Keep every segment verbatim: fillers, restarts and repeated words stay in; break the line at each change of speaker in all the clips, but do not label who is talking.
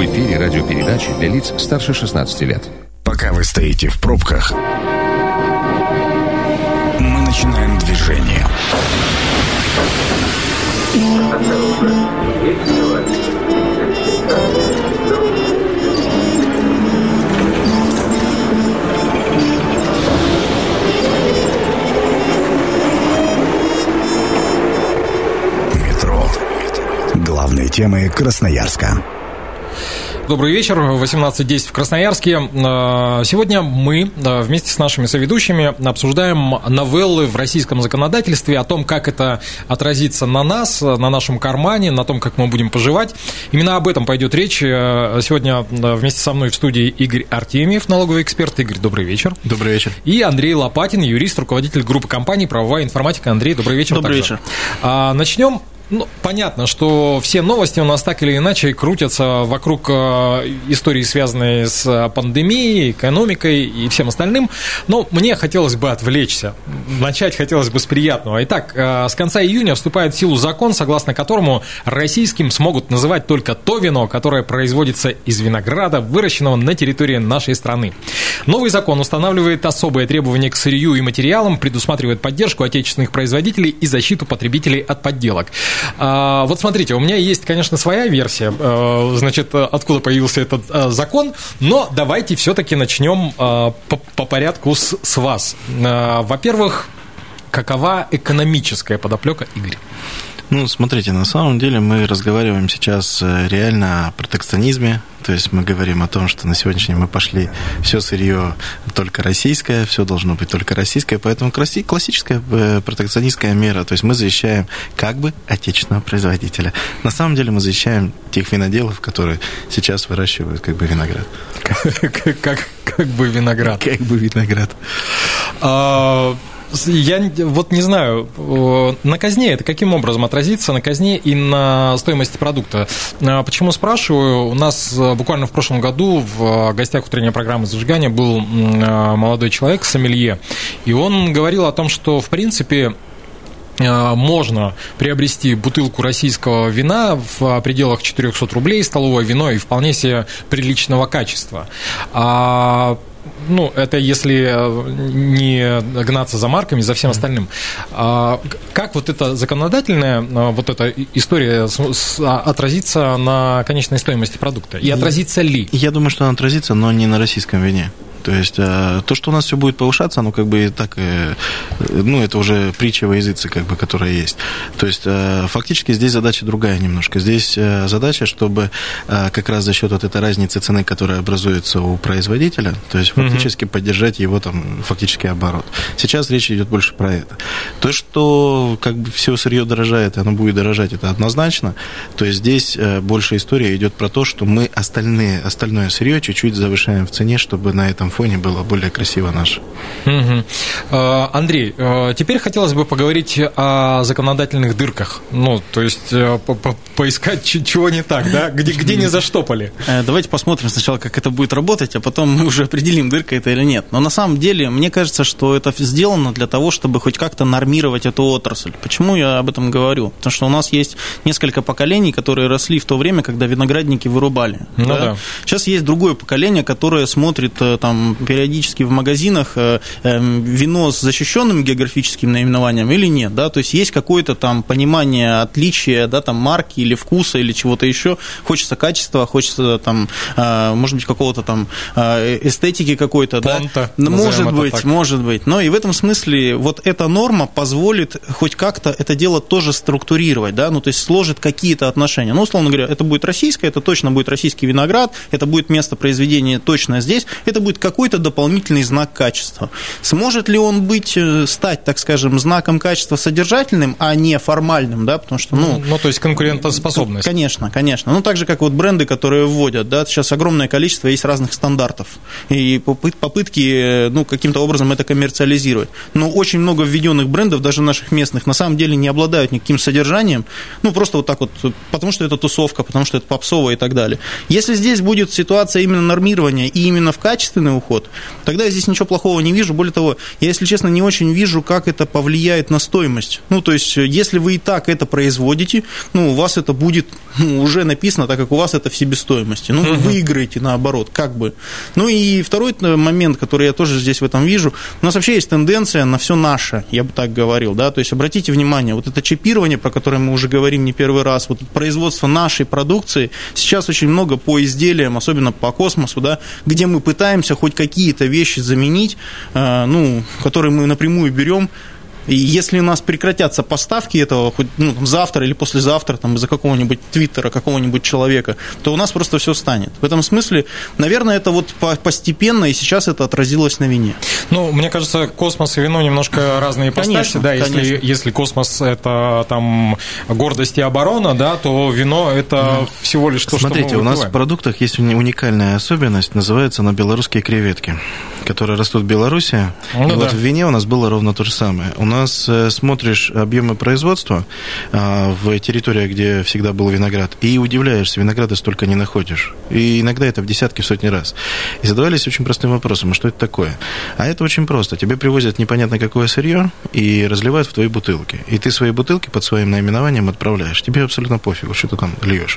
В эфире радиопередачи для лиц старше шестнадцати лет.
Пока вы стоите в пробках, мы начинаем движение. Метро. Главные темы Красноярска.
Добрый вечер, восемнадцать десять в Красноярске. Сегодня мы вместе с нашими соведущими обсуждаем новеллы в российском законодательстве, о том, как это отразится на нас, на нашем кармане, на том, как мы будем поживать. Именно об этом пойдет речь. Сегодня вместе со мной в студии Игорь Артемьев, налоговый эксперт. Игорь, добрый вечер.
Добрый вечер.
И Андрей Лопатин, юрист, руководитель группы компаний «Правовая информатика». Андрей, добрый вечер.
Добрый
также.
вечер.
Начнем. Ну, понятно, что все новости у нас так или иначе крутятся вокруг истории, связанной с пандемией, экономикой и всем остальным, но мне хотелось бы отвлечься. Начать хотелось бы с приятного. Итак, с конца июня вступает в силу закон, согласно которому российским смогут называть только то вино, которое производится из винограда, выращенного на территории нашей страны. Новый закон устанавливает особые требования к сырью и материалам, предусматривает поддержку отечественных производителей и защиту потребителей от подделок. Вот смотрите, у меня есть, конечно, своя версия, значит, откуда появился этот закон, но давайте все-таки начнем по, по порядку с, с вас. Во-первых, какова экономическая подоплека, Игорь?
Ну, смотрите, на самом деле мы разговариваем сейчас реально о протекционизме, то есть мы говорим о том, что на сегодняшний день мы пошли, все сырье только российское, все должно быть только российское, поэтому классическая протекционистская мера, то есть мы защищаем как бы отечественного производителя. На самом деле мы защищаем тех виноделов, которые сейчас выращивают как бы виноград.
Как, как бы виноград.
Как бы виноград.
Я вот не знаю, на казне это каким образом отразится, на казне и на стоимости продукта? Почему спрашиваю? У нас буквально в прошлом году в гостях утренней программы «Зажигание» был молодой человек, сомелье, и он говорил о том, что, в принципе, можно приобрести бутылку российского вина в пределах четырехсот рублей, столовое вино, и вполне себе приличного качества. А ну, это если не гнаться за марками, за всем остальным. Как вот эта законодательная вот эта история отразится на конечной стоимости продукта? И отразится ли?
Я думаю, что она отразится, но не на российском вине. То есть то, что у нас все будет повышаться, оно как бы и так, ну, это уже притча во языце, как бы, которая есть. То есть фактически здесь задача другая немножко. Здесь задача, чтобы как раз за счет вот этой разницы цены, которая образуется у производителя, то есть фактически mm-hmm. поддержать его там фактически оборот. Сейчас речь идет больше про это. То, что как бы все сырье дорожает, и оно будет дорожать, это однозначно. То есть здесь больше история идет про то, что мы остальные, остальное сырье чуть-чуть завышаем в цене, чтобы на этом фоне было более красиво наше.
Угу. Андрей, теперь хотелось бы поговорить о законодательных дырках. Ну, то есть по- по- поискать, чего не так, да? Где, где не заштопали.
Давайте посмотрим сначала, как это будет работать, а потом мы уже определим, дырка это или нет. Но на самом деле, мне кажется, что это сделано для того, чтобы хоть как-то нормировать эту отрасль. Почему я об этом говорю? Потому что у нас есть несколько поколений, которые росли в то время, когда виноградники вырубали.
Ну,
да?
да.
Сейчас есть другое поколение, которое смотрит там периодически в магазинах э, э, вино с защищенным географическим наименованием или нет, да, то есть есть какое-то там понимание отличия, да, там марки или вкуса или чего-то еще, хочется качества, хочется там, э, может быть, какого-то там э, эстетики какой-то,
Понта,
да, может быть,
так.
может быть, но и в этом смысле вот эта норма позволит хоть как-то это дело тоже структурировать, да, ну, то есть сложит какие-то отношения, ну, условно говоря, это будет российское, это точно будет российский виноград, это будет место произведения точно здесь, это будет какой-то дополнительный знак качества. Сможет ли он быть, стать, так скажем, знаком качества содержательным, а не формальным, да, потому что, ну...
Ну, то есть конкурентоспособность.
Конечно, конечно. Ну, так же, как вот бренды, которые вводят, да, сейчас огромное количество есть разных стандартов, и попытки, ну, каким-то образом это коммерциализировать. Но очень много введенных брендов, даже наших местных, на самом деле не обладают никаким содержанием, ну, просто вот так вот, потому что это тусовка, потому что это попсово и так далее. Если здесь будет ситуация именно нормирования и именно в качественный уход, тогда я здесь ничего плохого не вижу. Более того, я, если честно, не очень вижу, как это повлияет на стоимость. Ну, то есть, если вы и так это производите, ну, у вас это будет ну, уже написано, так как у вас это в себестоимости. Ну, вы uh-huh. выиграете наоборот, как бы. Ну, и второй момент, который я тоже здесь в этом вижу, у нас вообще есть тенденция на все наше, я бы так говорил, да, то есть, обратите внимание, вот это чипирование, про которое мы уже говорим не первый раз, вот производство нашей продукции, сейчас очень много по изделиям, особенно по космосу, да, где мы пытаемся хоть какие-то вещи заменить, э, ну, которые мы напрямую берем. И если у нас прекратятся поставки этого хоть ну, там, завтра или послезавтра там, из-за какого-нибудь твиттера, какого-нибудь человека, то у нас просто все станет. В этом смысле, наверное, это вот постепенно, и сейчас это отразилось на вине.
Ну, мне кажется, космос и вино немножко разные ипостаси. Да, если, если космос – это там гордость и оборона, да, то вино – это mm. всего лишь то,
Смотрите,
что мы
Смотрите, у нас в продуктах есть уникальная особенность, называется она белорусские креветки, которые растут в Беларуси. Ну, и да. вот в вине у нас было ровно то же самое. У нас смотришь объемы производства в территориях, где всегда был виноград, и удивляешься, винограда столько не находишь. И иногда это в десятки, в сотни раз. И задавались очень простым вопросом, а что это такое? А это очень просто. Тебе привозят непонятно какое сырье и разливают в твои бутылки. И ты свои бутылки под своим наименованием отправляешь. Тебе абсолютно пофигу, что ты там льешь.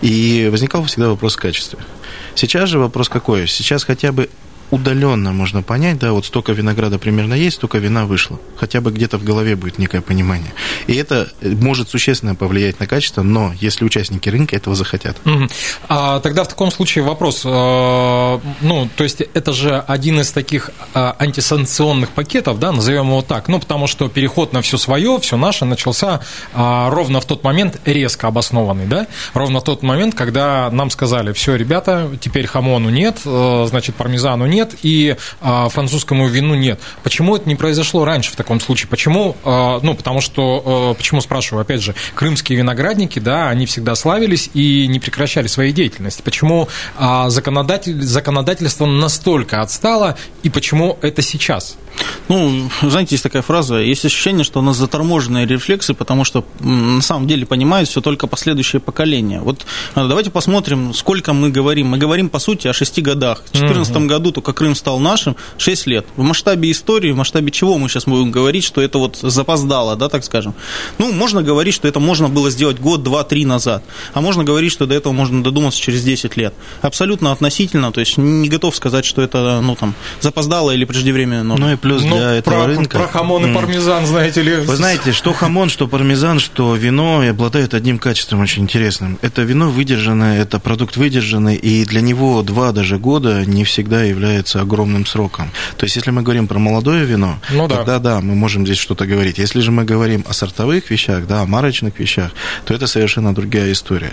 И возникал всегда вопрос качества. Сейчас же вопрос какой? Сейчас хотя бы удаленно можно понять, да, вот столько винограда примерно есть, столько вина вышло. Хотя бы где-то в голове будет некое понимание. И это может существенно повлиять на качество, но если участники рынка этого захотят. Mm-hmm.
А, тогда в таком случае вопрос, ну, то есть это же один из таких антисанкционных пакетов, да, назовем его так, ну, потому что переход на все свое, все наше начался ровно в тот момент резко обоснованный, да, ровно в тот момент, когда нам сказали, все, ребята, теперь хамону нет, значит, пармезану нет, нет, и а, французскому вину нет. Почему это не произошло раньше в таком случае? Почему? А, ну, потому что, а, почему спрашиваю, опять же, крымские виноградники, да, они всегда славились и не прекращали своей деятельности. Почему а, законодатель, законодательство настолько отстало, и почему это сейчас?
Ну, знаете, есть такая фраза, есть ощущение, что у нас заторможенные рефлексы, потому что на самом деле понимают все только последующее поколение. Вот давайте посмотрим, сколько мы говорим. Мы говорим, по сути, о шести годах. В две тысячи четырнадцатом mm-hmm. году только Крым стал нашим, шесть лет. В масштабе истории, в масштабе чего мы сейчас будем говорить, что это вот запоздало, да, так скажем. Ну, можно говорить, что это можно было сделать год, два, три назад, а можно говорить, что до этого можно додуматься через десять лет. Абсолютно относительно, то есть не готов сказать, что это, ну, там, запоздало или преждевременно.
Ну, и плюс
ну,
для этого
про,
рынка...
Про хамон и пармезан, знаете ли...
Вы знаете, что хамон, что пармезан, что вино обладают одним качеством очень интересным. Это вино выдержанное, это продукт выдержанный, и для него два даже года не всегда является огромным сроком. То есть, если мы говорим про молодое вино, ну, да. тогда да, мы можем здесь что-то говорить. Если же мы говорим о сортовых вещах, да, о марочных вещах, то это совершенно другая история.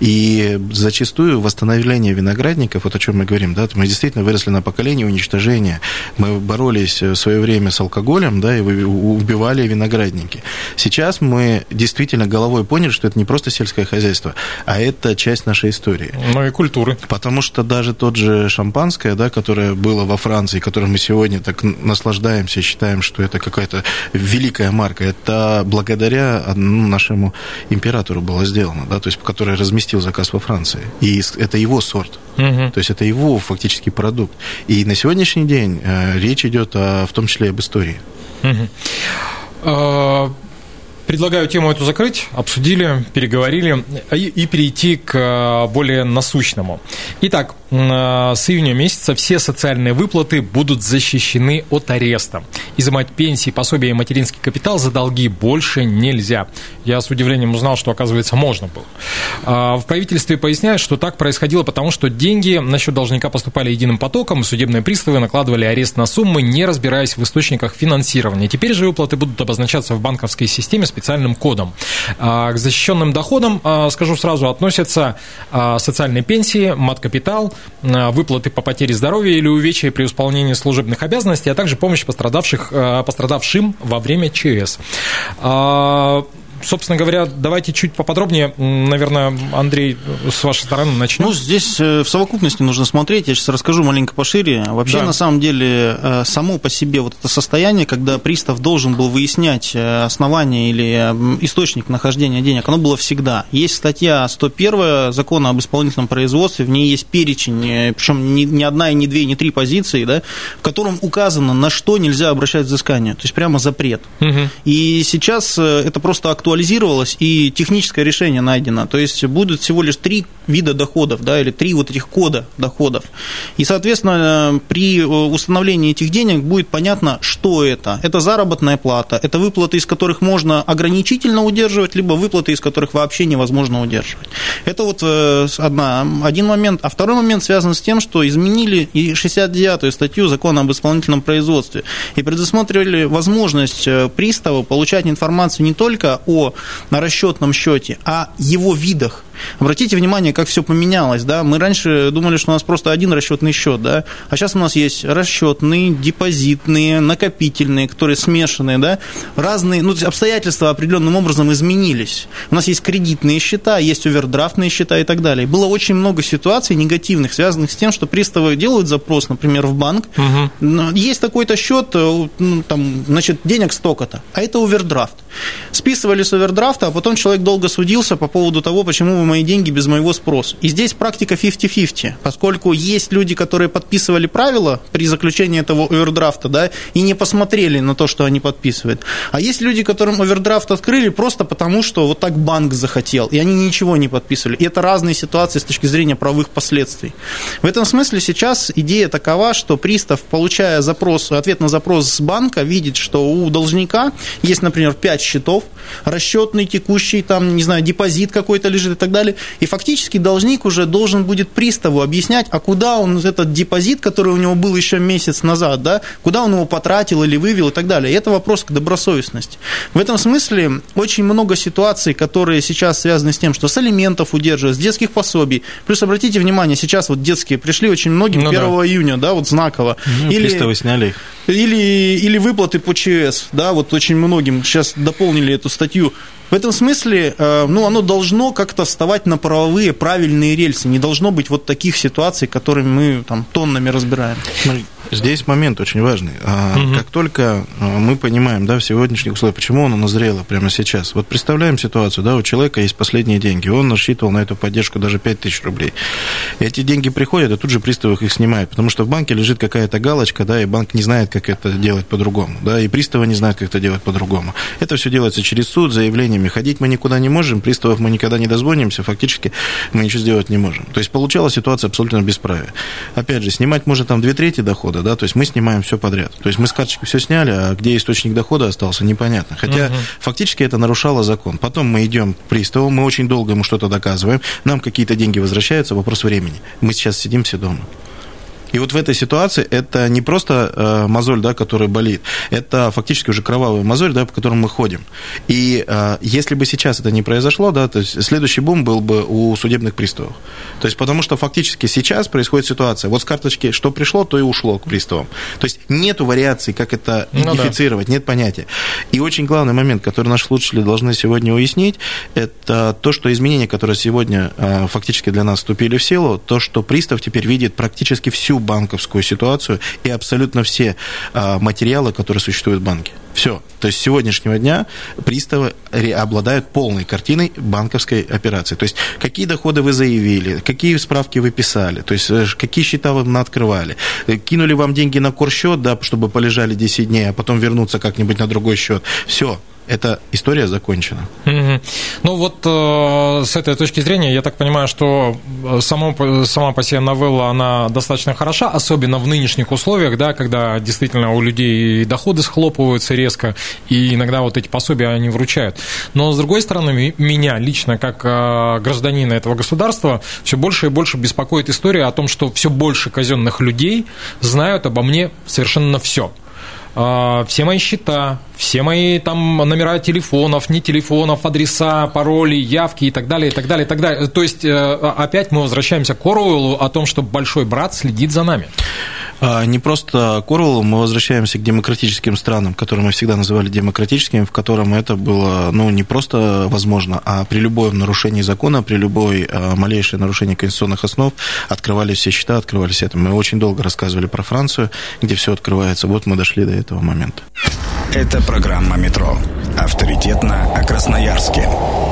И зачастую восстановление виноградников, вот о чем мы говорим, да, мы действительно выросли на поколении уничтожения. Мы боролись в свое время с алкоголем, да, и убивали виноградники. Сейчас мы действительно головой поняли, что это не просто сельское хозяйство, а это часть нашей истории.
Ну и культуры.
Потому что даже тот же шампанское, да, которое было во Франции, которым мы сегодня так наслаждаемся, считаем, что это какая-то великая марка, это благодаря ну, нашему императору было сделано, да, то есть, который разместил заказ во Франции. И это его сорт. Угу. То есть это его фактически продукт. И на сегодняшний день э, речь идет о, в том числе об истории.
Угу. Предлагаю тему эту закрыть, обсудили, переговорили и, и перейти к более насущному. Итак, с июня месяца все социальные выплаты будут защищены от ареста. Изымать пенсии, пособия и материнский капитал за долги больше нельзя. Я с удивлением узнал, что, оказывается, можно было. В правительстве поясняют, что так происходило потому, что деньги на счет должника поступали единым потоком, и судебные приставы накладывали арест на суммы, не разбираясь в источниках финансирования. Теперь же выплаты будут обозначаться в банковской системе специальным кодом. К защищенным доходам, скажу сразу, относятся социальные пенсии, мат-капитал, выплаты по потере здоровья или увечья при исполнении служебных обязанностей, а также помощь пострадавших, пострадавшим во время ЧС. собственно говоря, давайте чуть поподробнее, наверное, Андрей, с вашей стороны начнем.
Ну, здесь в совокупности нужно смотреть, я сейчас расскажу маленько пошире. Вообще, да. На самом деле, само по себе вот это состояние, когда пристав должен был выяснять основание или источник нахождения денег, оно было всегда. Есть статья сто первая Закона об исполнительном производстве, в ней есть перечень, причем не одна, и не две, и не три позиции, да, в котором указано, на что нельзя обращать взыскание, то есть прямо запрет. Угу. И сейчас это просто актуализировалось, и техническое решение найдено, то есть будут всего лишь три вида доходов, да, или три вот этих кода доходов. И, соответственно, при установлении этих денег будет понятно, что это. Это заработная плата, это выплаты, из которых можно ограничительно удерживать, либо выплаты, из которых вообще невозможно удерживать. Это вот одна, один момент. А второй момент связан с тем, что изменили и шестьдесят девятую статью Закона об исполнительном производстве и предусмотрели возможность пристава получать информацию не только о расчетном счете, а его видах. Обратите внимание, как все поменялось, да? Мы раньше думали, что у нас просто один расчетный счет, да? А сейчас у нас есть расчетные, депозитные, накопительные, которые смешанные, да? Разные, ну, обстоятельства определенным образом изменились. У нас есть кредитные счета, есть овердрафтные счета и так далее. Было очень много ситуаций негативных, связанных с тем, что приставы делают запрос, например, в банк. Угу. Есть такой-то счет, ну, там, значит, денег столько-то, а это овердрафт. Списывали с овердрафта, а потом человек долго судился по поводу того, почему вы мои деньги без моего спроса. И здесь практика пятьдесят на пятьдесят, поскольку есть люди, которые подписывали правила при заключении этого овердрафта, да, и не посмотрели на то, что они подписывают. А есть люди, которым овердрафт открыли просто потому, что вот так банк захотел, и они ничего не подписывали. И это разные ситуации с точки зрения правовых последствий. В этом смысле сейчас идея такова, что пристав, получая запрос, ответ на запрос с банка, видит, что у должника есть, например, пять счетов, расчетный, текущий, там, не знаю, депозит какой-то лежит и так далее. И фактически должник уже должен будет приставу объяснять, а куда он этот депозит, который у него был еще месяц назад, да, куда он его потратил или вывел и так далее. И это вопрос к добросовестности. В этом смысле очень много ситуаций, которые сейчас связаны с тем, что с алиментов удерживают, с детских пособий. Плюс, обратите внимание, сейчас вот детские пришли очень многим ну, первого да. июня, да, вот знаково.
Ну, или, приставы сняли их.
Или, или выплаты по ЧС, да, вот очень многим сейчас дополнили эту статью. В этом смысле, ну, оно должно как-то вставать на правовые правильные рельсы. Не должно быть вот таких ситуаций, которыми мы там тоннами разбираем.
Здесь момент очень важный. Угу. Как только мы понимаем, да, в сегодняшних условиях, почему оно назрело прямо сейчас. Вот представляем ситуацию, да, у человека есть последние деньги, он рассчитывал на эту поддержку даже пять тысяч рублей. Эти деньги приходят, и тут же приставы их снимают, потому что в банке лежит какая-то галочка, да, и банк не знает, как это делать по-другому, да, и приставы не знают, как это делать по-другому. Это все делается через суд, заявлениями. Ходить мы никуда не можем, приставов мы никогда не дозвонимся, фактически мы ничего сделать не можем. То есть получалась ситуация абсолютно бесправия. Опять же, снимать может там две трети дохода, да, то есть мы снимаем все подряд. То есть мы с карточки все сняли, а где источник дохода остался, непонятно. Хотя угу. фактически это нарушало закон. Потом мы идем к приставу, мы очень долго ему что-то доказываем, нам какие-то деньги возвращаются, вопрос времени. Мы сейчас сидим все дома. И вот в этой ситуации это не просто э, мозоль, да, которая болит, это фактически уже кровавая мозоль, да, по которой мы ходим. И э, если бы сейчас это не произошло, да, то есть следующий бум был бы у судебных приставов. То есть потому что фактически сейчас происходит ситуация, вот с карточки что пришло, то и ушло к приставам. То есть нету вариаций, как это идентифицировать, ну, да. нет понятия. И очень главный момент, который наши слушатели должны сегодня уяснить, это то, что изменения, которые сегодня э, фактически для нас вступили в силу, то, что пристав теперь видит практически всю банковскую ситуацию и абсолютно все а, материалы, которые существуют в банке. Все. То есть с сегодняшнего дня приставы обладают полной картиной банковской операции. То есть какие доходы вы заявили, какие справки вы писали, то есть какие счета вы открывали, кинули вам деньги на корсчет, да, чтобы полежали десять дней, а потом вернуться как-нибудь на другой счет. Все. Эта история закончена. Mm-hmm.
Ну вот э, с этой точки зрения, я так понимаю, что само, сама по себе новелла, она достаточно хороша, особенно в нынешних условиях, да, когда действительно у людей доходы схлопываются резко, и иногда вот эти пособия они вручают. Но, с другой стороны, меня лично, как э, гражданина этого государства, все больше и больше беспокоит история о том, что все больше казенных людей знают обо мне совершенно все. Все мои счета, все мои там номера телефонов, не телефонов, адреса, пароли, явки и так далее, и так далее, и так далее. То есть опять мы возвращаемся к Оруэллу о том, что большой брат следит за нами.
Не просто Корвалл, мы возвращаемся к демократическим странам, которые мы всегда называли демократическими, в котором это было, ну, не просто возможно, а при любом нарушении закона, при любой малейшее нарушении конституционных основ открывались все счета, открывались это. Мы очень долго рассказывали про Францию, где все открывается. Вот мы дошли до этого момента.
Это программа «Метро». Авторитетно о Красноярске.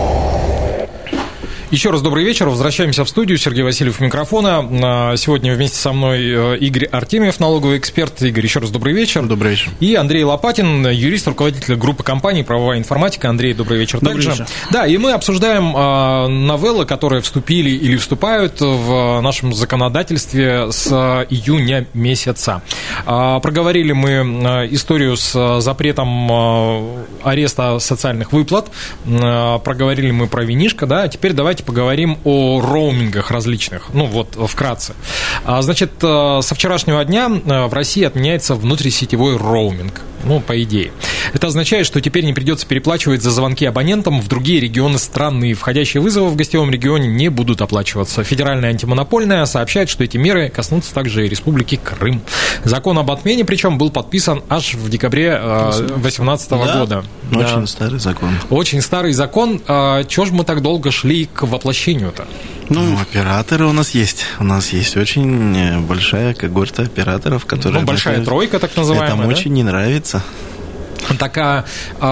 Еще раз добрый вечер. Возвращаемся в студию. Сергей Васильев у микрофона. Сегодня вместе со мной Игорь Артемьев, налоговый эксперт. Игорь, еще раз добрый вечер.
Добрый вечер.
И Андрей Лопатин, юрист, руководитель группы компаний «Правовая информатика». Андрей, добрый вечер.
Добрый
также.
вечер.
Да, и мы обсуждаем э, новеллы, которые вступили или вступают в нашем законодательстве с июня месяца. Э, проговорили мы историю с запретом э, ареста социальных выплат. Э, проговорили мы про винишко, да. Теперь давайте поговорим о роумингах различных, ну вот вкратце. Значит, со вчерашнего дня в России отменяется внутрисетевой роуминг, ну, по идее. Это означает, что теперь не придется переплачивать за звонки абонентам в другие регионы страны, и входящие вызовы в гостевом регионе не будут оплачиваться. Федеральная антимонопольная сообщает, что эти меры коснутся также и Республики Крым. Закон об отмене, причем, был подписан аж в декабре две тысячи восемнадцатого да? года.
Очень
да.
старый закон.
Очень старый закон. Чего же мы так долго шли к воплощению-то?
Ну, ну, операторы у нас есть. У нас есть очень большая когорта операторов, которые...
Ну, большая это, тройка, так называемая,
это
да?
очень не нравится.
Так, а,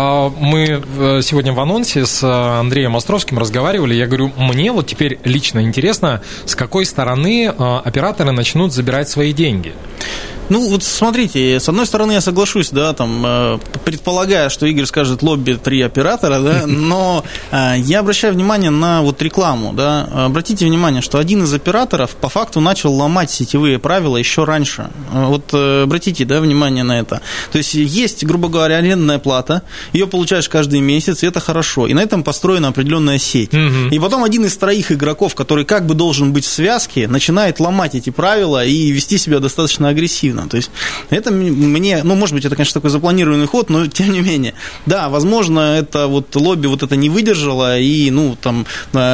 мы сегодня в анонсе с Андреем Островским разговаривали. Я говорю, мне вот теперь лично интересно, с какой стороны операторы начнут забирать свои деньги.
Ну, вот смотрите, с одной стороны, я соглашусь, да, там, предполагая, что Игорь скажет лобби три оператора, да, но я обращаю внимание на вот рекламу, да. Обратите внимание, что один из операторов по факту начал ломать сетевые правила еще раньше. Вот обратите, да, внимание на это. То есть есть, грубо говоря, арендная плата, ее получаешь каждый месяц, и это хорошо. И на этом построена определенная сеть. Угу. И потом один из троих игроков, который как бы должен быть в связке, начинает ломать эти правила и вести себя достаточно агрессивно. То есть это мне, ну, может быть, это, конечно, такой запланированный ход, но тем не менее. Да, возможно, это вот лобби вот это не выдержало и, ну, там,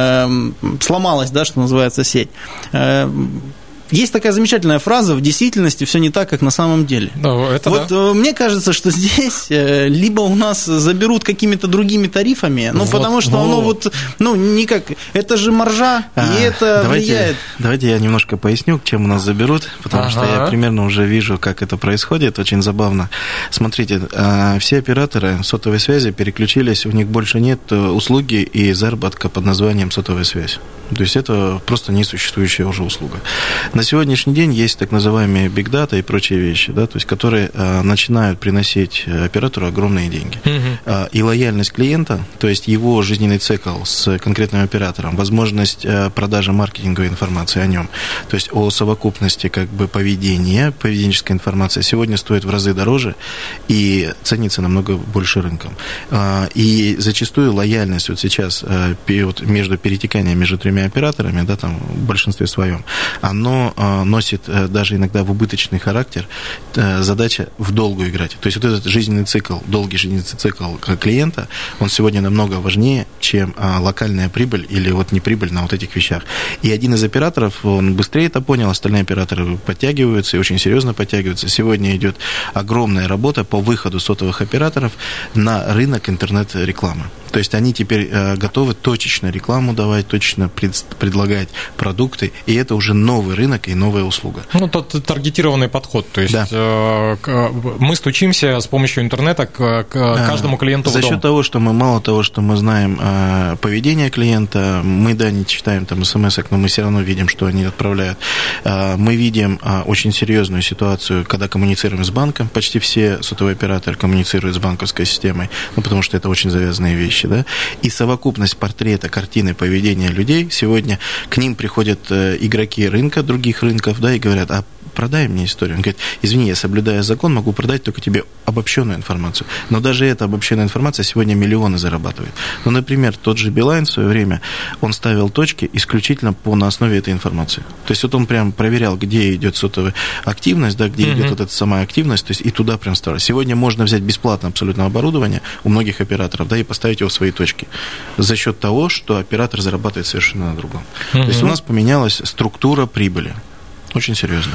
э, сломалась, да, что называется, сеть. Э, Есть такая замечательная фраза: в действительности все не так, как на самом деле.
Ну, это
вот
да.
Мне кажется, что здесь либо у нас заберут какими-то другими тарифами, ну, вот, потому что вот. оно вот, ну, никак, это же маржа, а, и это
давайте,
влияет.
Давайте я немножко поясню, чем у нас заберут, потому ага. что я примерно уже вижу, как это происходит, очень забавно. Смотрите, все операторы сотовой связи переключились, у них больше нет услуги и заработка под названием сотовая связь. То есть это просто несуществующая уже услуга. На сегодняшний день есть так называемые big data и прочие вещи, да, то есть, которые а, начинают приносить оператору огромные деньги. Uh-huh. А, и лояльность клиента, то есть его жизненный цикл с конкретным оператором, возможность а, продажи маркетинговой информации о нем, то есть о совокупности как бы поведения, поведенческой информации сегодня стоит в разы дороже и ценится намного больше рынком. А, и зачастую лояльность вот сейчас а, между перетеканием между тремя операторами, да, там в большинстве своем, оно носит даже иногда в убыточный характер. Задача в долгую играть. То есть вот этот жизненный цикл, долгий жизненный цикл клиента, он сегодня намного важнее, чем локальная прибыль или вот не прибыль на вот этих вещах. И один из операторов, он быстрее это понял, остальные операторы подтягиваются и очень серьезно подтягиваются. Сегодня идет огромная работа по выходу сотовых операторов на рынок интернет-рекламы. То есть они теперь готовы точечно рекламу давать, точечно предлагать продукты, и это уже новый рынок и новая услуга.
Ну, тот таргетированный подход, то есть да. э, мы стучимся с помощью интернета к, к каждому клиенту
За
в дом.
счет того, что мы мало того, что мы знаем э, поведение клиента, мы, да, не читаем там смс-ок, но мы все равно видим, что они отправляют. Э, мы видим э, очень серьезную ситуацию, когда коммуницируем с банком, почти все сотовые операторы коммуницируют с банковской системой, ну, потому что это очень завязанные вещи, да, и совокупность портрета, картины поведения людей, сегодня к ним приходят э, игроки рынка, других рынков, да, и говорят: а продай мне историю. Он говорит: извини, я, соблюдая закон, могу продать только тебе обобщенную информацию. Но даже эта обобщенная информация сегодня миллионы зарабатывает. Ну, например, тот же Билайн в свое время, он ставил точки исключительно по, на основе этой информации. То есть вот он прям проверял, где идет сотовая активность, да, где mm-hmm. идет вот эта самая активность, то есть и туда прям ставил. Сегодня можно взять бесплатно абсолютно оборудование у многих операторов, да, и поставить его в свои точки за счет того, что оператор зарабатывает совершенно на другом. Mm-hmm. То есть у нас поменялась структура прибыли. Очень серьезно.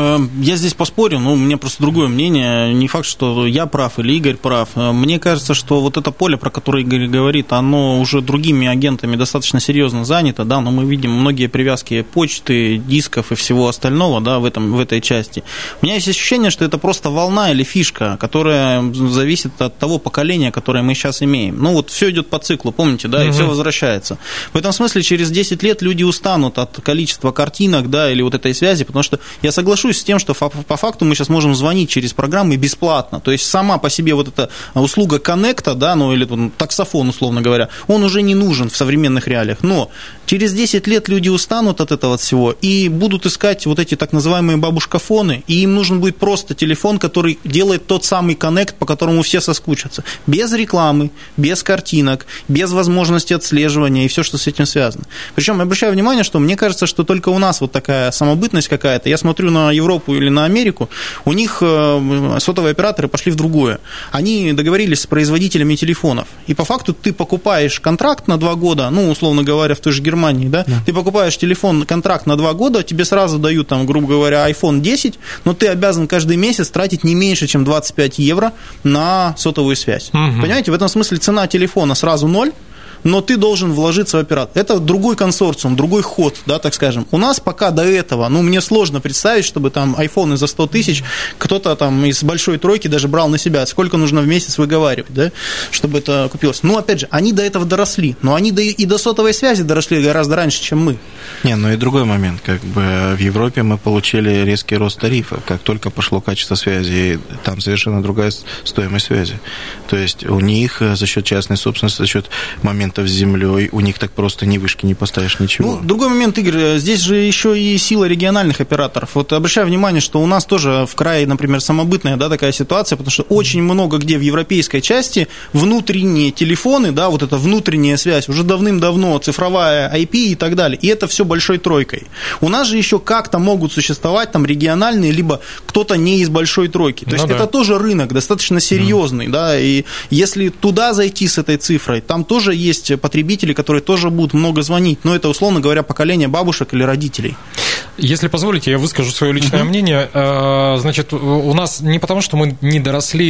Я здесь поспорю, но у меня просто другое мнение. Не факт, что я прав или Игорь прав. Мне кажется, что вот это поле, про которое Игорь говорит, оно уже другими агентами достаточно серьезно занято, да, но мы видим многие привязки почты, дисков и всего остального, да, в, этом, в этой части. У меня есть ощущение, что это просто волна или фишка, которая зависит от того поколения, которое мы сейчас имеем. Ну вот все идет по циклу, помните, да, и угу. все возвращается. В этом смысле через десять лет люди устанут от количества картинок, да, или вот этой связи, потому что я соглашусь с тем, что по факту мы сейчас можем звонить через программы бесплатно. То есть сама по себе вот эта услуга коннекта, да, ну или ну, таксофон, условно говоря, он уже не нужен в современных реалиях. Но через десять лет люди устанут от этого всего и будут искать вот эти так называемые бабушкафоны, и им нужен будет просто телефон, который делает тот самый коннект, по которому все соскучатся. Без рекламы, без картинок, без возможности отслеживания и все, что с этим связано. Причем я обращаю внимание, что мне кажется, что только у нас вот такая самобытность какая-то. Я смотрю на Европу или на Америку, у них сотовые операторы пошли в другое. Они договорились с производителями телефонов. И по факту ты покупаешь контракт на два года, ну, условно говоря, в той же Германии, да, да. Ты покупаешь телефон, контракт на два года, тебе сразу дают, там, грубо говоря, айфон десять, но ты обязан каждый месяц тратить не меньше, чем двадцать пять евро на сотовую связь. Угу. Понимаете, в этом смысле цена телефона сразу ноль, но ты должен вложиться в оператор. Это другой консорциум, другой ход, да, так скажем. У нас пока до этого, ну, мне сложно представить, чтобы там айфоны за сто тысяч кто-то там из большой тройки даже брал на себя. Сколько нужно в месяц выговаривать, да, чтобы это купилось. Ну, опять же, они до этого доросли, но они и до сотовой связи доросли гораздо раньше, чем мы.
Не, ну и другой момент, как бы в Европе мы получили резкий рост тарифа. Как только пошло качество связи, там совершенно другая стоимость связи. То есть у них за счет частной собственности, за счет момента с землей, у них так просто ни вышки не поставишь, ничего.
Ну, другой момент, Игорь, здесь же еще и сила региональных операторов. Вот обращаю внимание, что у нас тоже в крае, например, самобытная, да, такая ситуация, потому что очень много где в европейской части внутренние телефоны, да, вот эта внутренняя связь, уже давным-давно цифровая ай пи и так далее, и это все большой тройкой. У нас же еще как-то могут существовать там региональные, либо кто-то не из большой тройки. То ну есть да. это тоже рынок достаточно серьезный, mm. да, и если туда зайти с этой цифрой, там тоже есть потребители, которые тоже будут много звонить, но это, условно говоря, поколение бабушек или родителей.
Если позволите, я выскажу свое личное uh-huh. мнение. Значит, у нас не потому, что мы не доросли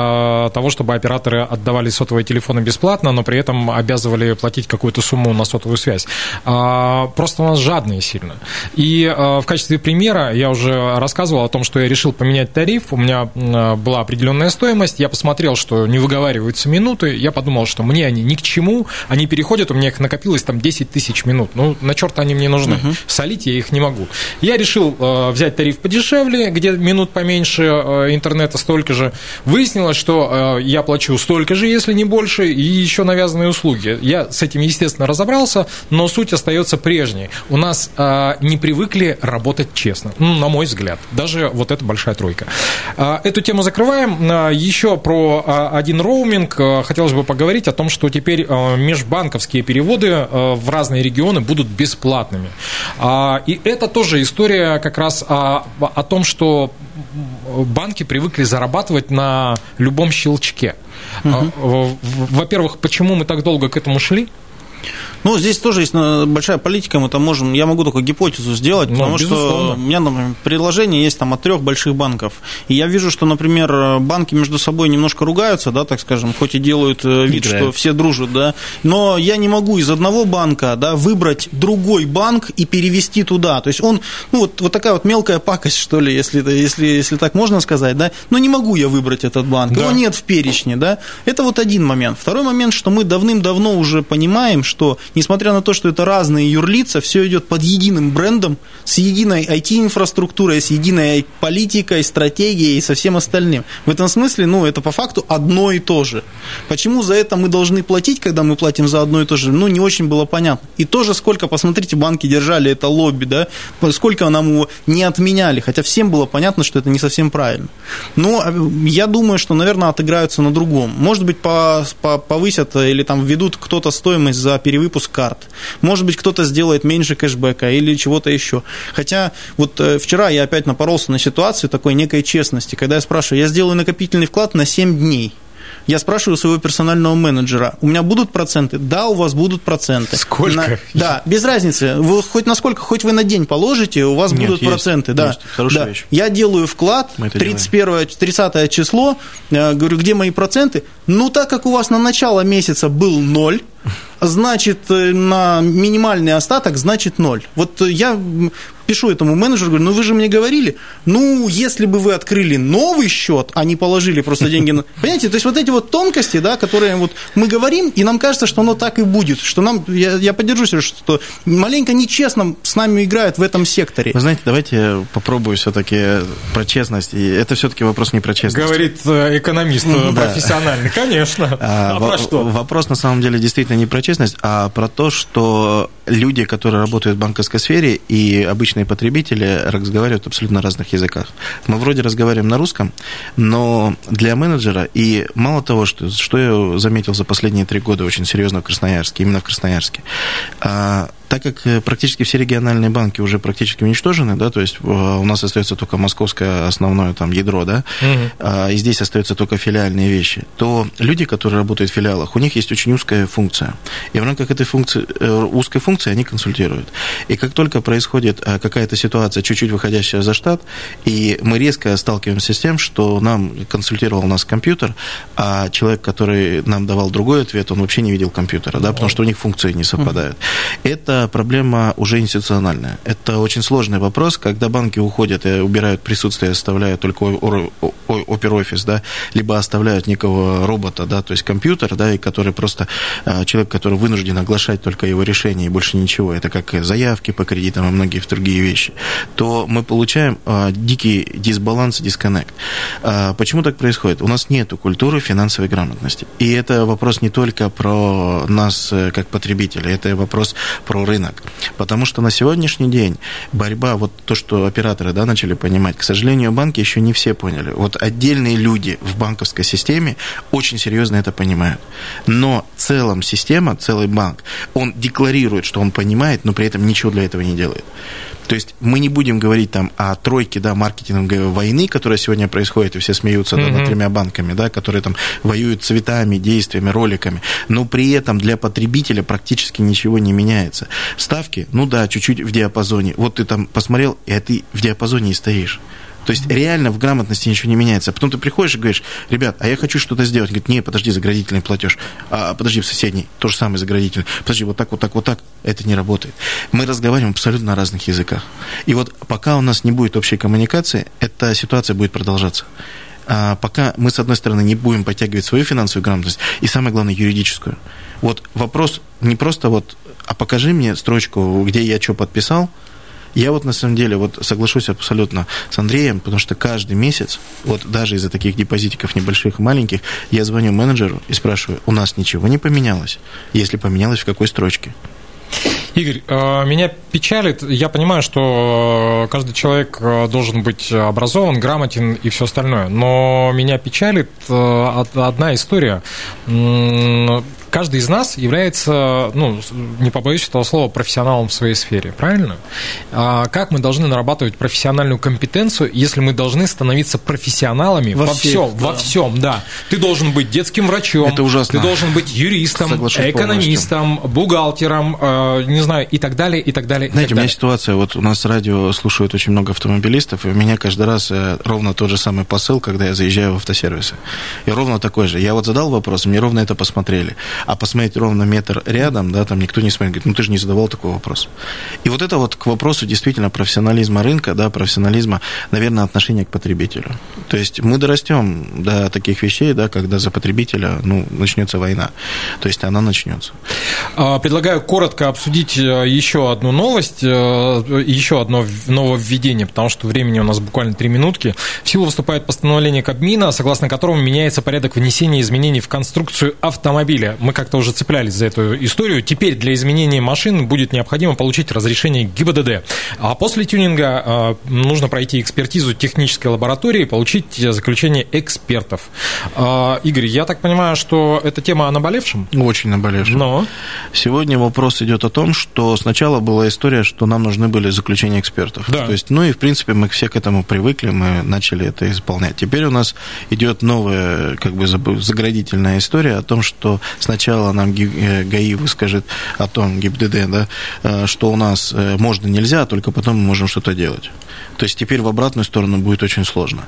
до того, чтобы операторы отдавали сотовые телефоны бесплатно, но при этом обязывали платить какую-то сумму на сотовую связь. Просто у нас жадные сильно. И в качестве примера я уже рассказывал о том, что я решил поменять тариф. У меня была определенная стоимость. Я посмотрел, что не выговариваются минуты. Я подумал, что мне они ни к чему. Они переходят, у меня их накопилось там десять тысяч минут. Ну, на черт они мне нужны. Uh-huh. Солить я их не могу. Я решил э, взять тариф подешевле, где минут поменьше, э, интернета столько же. Выяснилось, что э, я плачу столько же, если не больше, и еще навязанные услуги. Я с этим, естественно, разобрался, но суть остается прежней. У нас э, не привыкли работать честно, ну, на мой взгляд. Даже вот эта большая тройка. Э, эту тему закрываем. Э, еще про э, один роуминг. Э, хотелось бы поговорить о том, что теперь э, межбанковские переводы э, в разные регионы будут бесплатными. Э, и это тоже тоже история как раз о, о том, что банки привыкли зарабатывать на любом щелчке. Угу. Во-первых, почему мы так долго к этому шли?
Ну, здесь тоже есть большая политика, мы там можем, я могу только гипотезу сделать, ну, потому безусловно. Что у меня, например, предложение есть там от трех больших банков, и я вижу, что, например, банки между собой немножко ругаются, да, так скажем, хоть и делают вид, Играет. Что все дружат, да, но я не могу из одного банка, да, выбрать другой банк и перевести туда, то есть он, ну, вот, вот такая вот мелкая пакость, что ли, если, если, если так можно сказать, да, но не могу я выбрать этот банк, да. Его нет в перечне, да, это вот один момент. Второй момент, что мы давным-давно уже понимаем, что несмотря на то, что это разные юрлица, все идет под единым брендом, с единой ай ти-инфраструктурой, с единой политикой, стратегией и со всем остальным. В этом смысле, ну, это по факту одно и то же. Почему за это мы должны платить, когда мы платим за одно и то же, ну, не очень было понятно. И тоже сколько, посмотрите, банки держали это лобби, да, сколько нам его не отменяли, хотя всем было понятно, что это не совсем правильно. Но я думаю, что, наверное, отыграются на другом. Может быть, повысят или там введут кто-то стоимость за перевыпуск карт. Может быть, кто-то сделает меньше кэшбэка или чего-то еще. Хотя вот вчера я опять напоролся на ситуацию такой некой честности, когда я спрашиваю, я сделаю накопительный вклад на семь дней. Я спрашиваю своего персонального менеджера, у меня будут проценты? Да, у вас будут проценты.
Сколько?
На, да, без разницы. Вы хоть насколько, хоть вы на день положите, у вас Нет, будут есть, проценты. Да, есть. Хорошая да. вещь. Я делаю вклад, тридцать первое, тридцатое число, говорю, где мои проценты? Ну, так как у вас на начало месяца был ноль, значит, на минимальный остаток, значит, ноль. Вот я пишу этому менеджеру, говорю, ну вы же мне говорили, ну, если бы вы открыли новый счет, а не положили просто деньги на... Понимаете, то есть вот эти вот тонкости, да, которые вот мы говорим, и нам кажется, что оно так и будет, что нам, я, я поддержу, Сереж, что маленько нечестно с нами играют в этом секторе.
Вы знаете, давайте я попробую все-таки про честность, и это все-таки вопрос не про честность.
Говорит экономист профессиональный, конечно. А про что?
Вопрос на самом деле действительно не про честность, а про то, что люди, которые работают в банковской сфере, и обычные потребители разговаривают абсолютно на разных языках. Мы вроде разговариваем на русском, но для менеджера, и мало того, что, что я заметил за последние три года очень серьезно в Красноярске, именно в Красноярске, так как практически все региональные банки уже практически уничтожены, да, то есть у нас остается только московское основное там ядро, да, угу. и здесь остаются только филиальные вещи, то люди, которые работают в филиалах, у них есть очень узкая функция. И в рамках этой функции, узкой функции они консультируют. И как только происходит какая-то ситуация, чуть-чуть выходящая за штат, и мы резко сталкиваемся с тем, что нам консультировал нас компьютер, а человек, который нам давал другой ответ, он вообще не видел компьютера, да, потому что у них функции не совпадают. Это проблема уже институциональная. Это очень сложный вопрос, когда банки уходят и убирают присутствие, оставляют только опер-офис, да, либо оставляют некого робота, да, то есть компьютер, да, и который просто человек, который вынужден оглашать только его решение и больше ничего, это как заявки по кредитам и многие другие вещи, то мы получаем дикий дисбаланс, дисконнект. Почему так происходит? У нас нет культуры финансовой грамотности. И это вопрос не только про нас как потребителей, это вопрос про рынок. Потому что на сегодняшний день борьба, вот то, что операторы, да, начали понимать, к сожалению, банки еще не все поняли. Вот отдельные люди в банковской системе очень серьезно это понимают. Но в целом система, целый банк, он декларирует, что он понимает, но при этом ничего для этого не делает. То есть мы не будем говорить там о тройке, да, маркетинговой войны, которая сегодня происходит, и все смеются mm-hmm. да, над тремя банками, да, которые там воюют цветами, действиями, роликами, но при этом для потребителя практически ничего не меняется. Ставки, ну да, чуть-чуть в диапазоне. Вот ты там посмотрел, и ты в диапазоне и стоишь. То есть реально в грамотности ничего не меняется. А потом ты приходишь и говоришь, ребят, а я хочу что-то сделать. Он говорит, не, подожди, заградительный платеж. А, подожди, в соседний, то же самое заградительный. Подожди, вот так, вот так, вот так. Это не работает. Мы разговариваем абсолютно на разных языках. И вот пока у нас не будет общей коммуникации, эта ситуация будет продолжаться. А пока мы, с одной стороны, не будем подтягивать свою финансовую грамотность, и самое главное, юридическую. Вот вопрос не просто вот, а покажи мне строчку, где я что подписал. Я вот на самом деле вот соглашусь абсолютно с Андреем, потому что каждый месяц, вот даже из-за таких депозитиков небольших и маленьких, я звоню менеджеру и спрашиваю, у нас ничего не поменялось? Если поменялось, в какой строчке?
Игорь, меня печалит, я понимаю, что каждый человек должен быть образован, грамотен и все остальное, но меня печалит одна история. Каждый из нас является, ну, не побоюсь этого слова, профессионалом в своей сфере, правильно? А как мы должны нарабатывать профессиональную компетенцию, если мы должны становиться профессионалами во, во всех, всем, да. во всем, да. Ты должен быть детским врачом, это ужасно. Ты должен быть юристом, Соглашусь экономистом, полностью. бухгалтером, э, не знаю, и так далее, и так далее. И
Знаете,
так
у меня
далее.
ситуация, вот у нас радио слушают очень много автомобилистов, и у меня каждый раз ровно тот же самый посыл, когда я заезжаю в автосервисы. И ровно такой же. Я вот задал вопрос, мне ровно это посмотрели. А посмотреть ровно метр рядом, да, там никто не смотрит, говорит, ну ты же не задавал такой вопрос. И вот это вот к вопросу действительно профессионализма рынка, да, профессионализма, наверное, отношения к потребителю. То есть мы дорастем до таких вещей, да, когда за потребителя, ну, начнется война. То есть она начнется.
Предлагаю коротко обсудить еще одну новость, еще одно нововведение, потому что времени у нас буквально три минутки. В силу вступает постановление Кабмина, согласно которому меняется порядок внесения изменений в конструкцию автомобиля. Мы мы как-то уже цеплялись за эту историю. Теперь для изменения машин будет необходимо получить разрешение ГИБДД. А после тюнинга нужно пройти экспертизу технической лаборатории и получить заключение экспертов. Игорь, я так понимаю, что эта тема о наболевшем?
Очень наболевшем.
Но...
Сегодня вопрос идет о том, что сначала была история, что нам нужны были заключения экспертов.
Да.
То есть, ну и в принципе мы все к этому привыкли, мы начали это исполнять. Теперь у нас идет новая, как бы, заградительная история о том, что сначала нам ГАИ выскажет о том, ГИБДД, да, что у нас можно, нельзя, а только потом мы можем что-то делать. То есть теперь в обратную сторону будет очень сложно.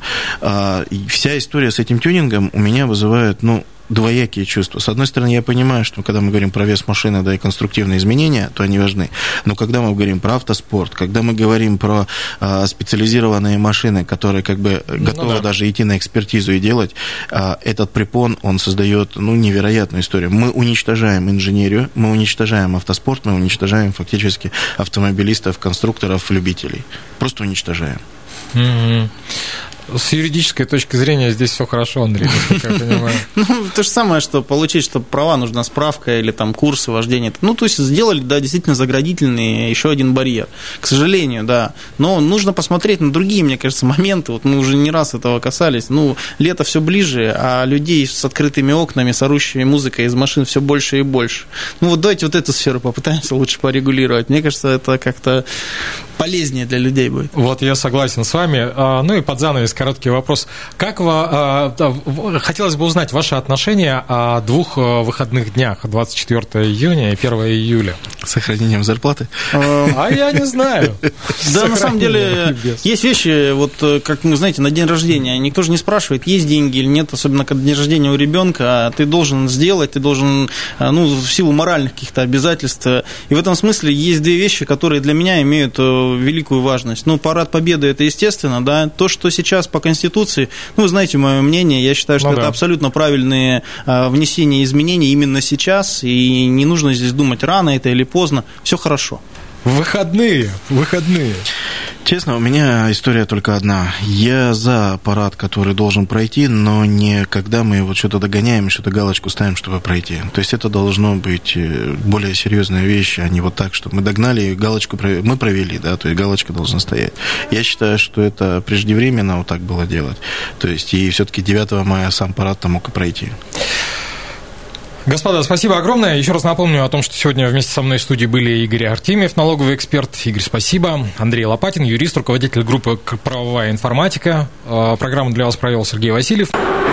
И вся история с этим тюнингом у меня вызывает, ну, двоякие чувства. С одной стороны, я понимаю, что когда мы говорим про вес машины, да, и конструктивные изменения, то они важны. Но когда мы говорим про автоспорт, когда мы говорим про а, специализированные машины, которые как бы готовы ну, да. даже идти на экспертизу и делать, а, этот препон, он создает, ну, невероятную историю. Мы уничтожаем инженерию, мы уничтожаем автоспорт, мы уничтожаем фактически автомобилистов, конструкторов, любителей. Просто уничтожаем.
Mm-hmm. С юридической точки зрения здесь все хорошо, Андрей, насколько я понимаю.
Ну, то же самое, что получить, что права нужна справка или там курсы вождения. Ну, то есть сделали, да, действительно заградительный еще один барьер. К сожалению, да. Но нужно посмотреть на другие, мне кажется, моменты. Вот мы уже не раз этого касались. Ну, лето все ближе, а людей с открытыми окнами, с орущей музыкой из машин все больше и больше. Ну, вот давайте вот эту сферу попытаемся лучше порегулировать. Мне кажется, это как-то полезнее для людей будет.
Вот я согласен с вами. Ну и под занавес короткий вопрос. Как вы, хотелось бы узнать ваше отношение о двух выходных днях, двадцать четвёртого июня и первого июля?
С сохранением зарплаты?
А я не знаю.
Да, на самом деле, есть вещи, вот как, вы знаете, на день рождения никто же не спрашивает, есть деньги или нет, особенно когда день рождения у ребенка, ты должен сделать, ты должен, ну, в силу моральных каких-то обязательств. И в этом смысле есть две вещи, которые для меня имеют великую важность. Ну, парад Победы, это естественно, да, то, что сейчас по Конституции, ну, вы знаете мое мнение, я считаю, что ну, это да. абсолютно правильные а, внесения изменений именно сейчас, и не нужно здесь думать, рано это или поздно, все хорошо.
Выходные, выходные.
Честно, у меня история только одна. Я за парад, который должен пройти, но не когда мы вот что-то догоняем, что-то галочку ставим, чтобы пройти. То есть это должно быть более серьезная вещь, а не вот так, что мы догнали, галочку мы провели, да, то есть галочка должна стоять. Я считаю, что это преждевременно вот так было делать. То есть и все-таки девятого мая сам парад-то мог и пройти.
Господа, спасибо огромное. Еще раз напомню о том, что сегодня вместе со мной в студии были Игорь Артемьев, налоговый эксперт. Игорь, спасибо. Андрей Лопатин, юрист, руководитель группы «Правовая информатика». Программу для вас провел Сергей Васильев.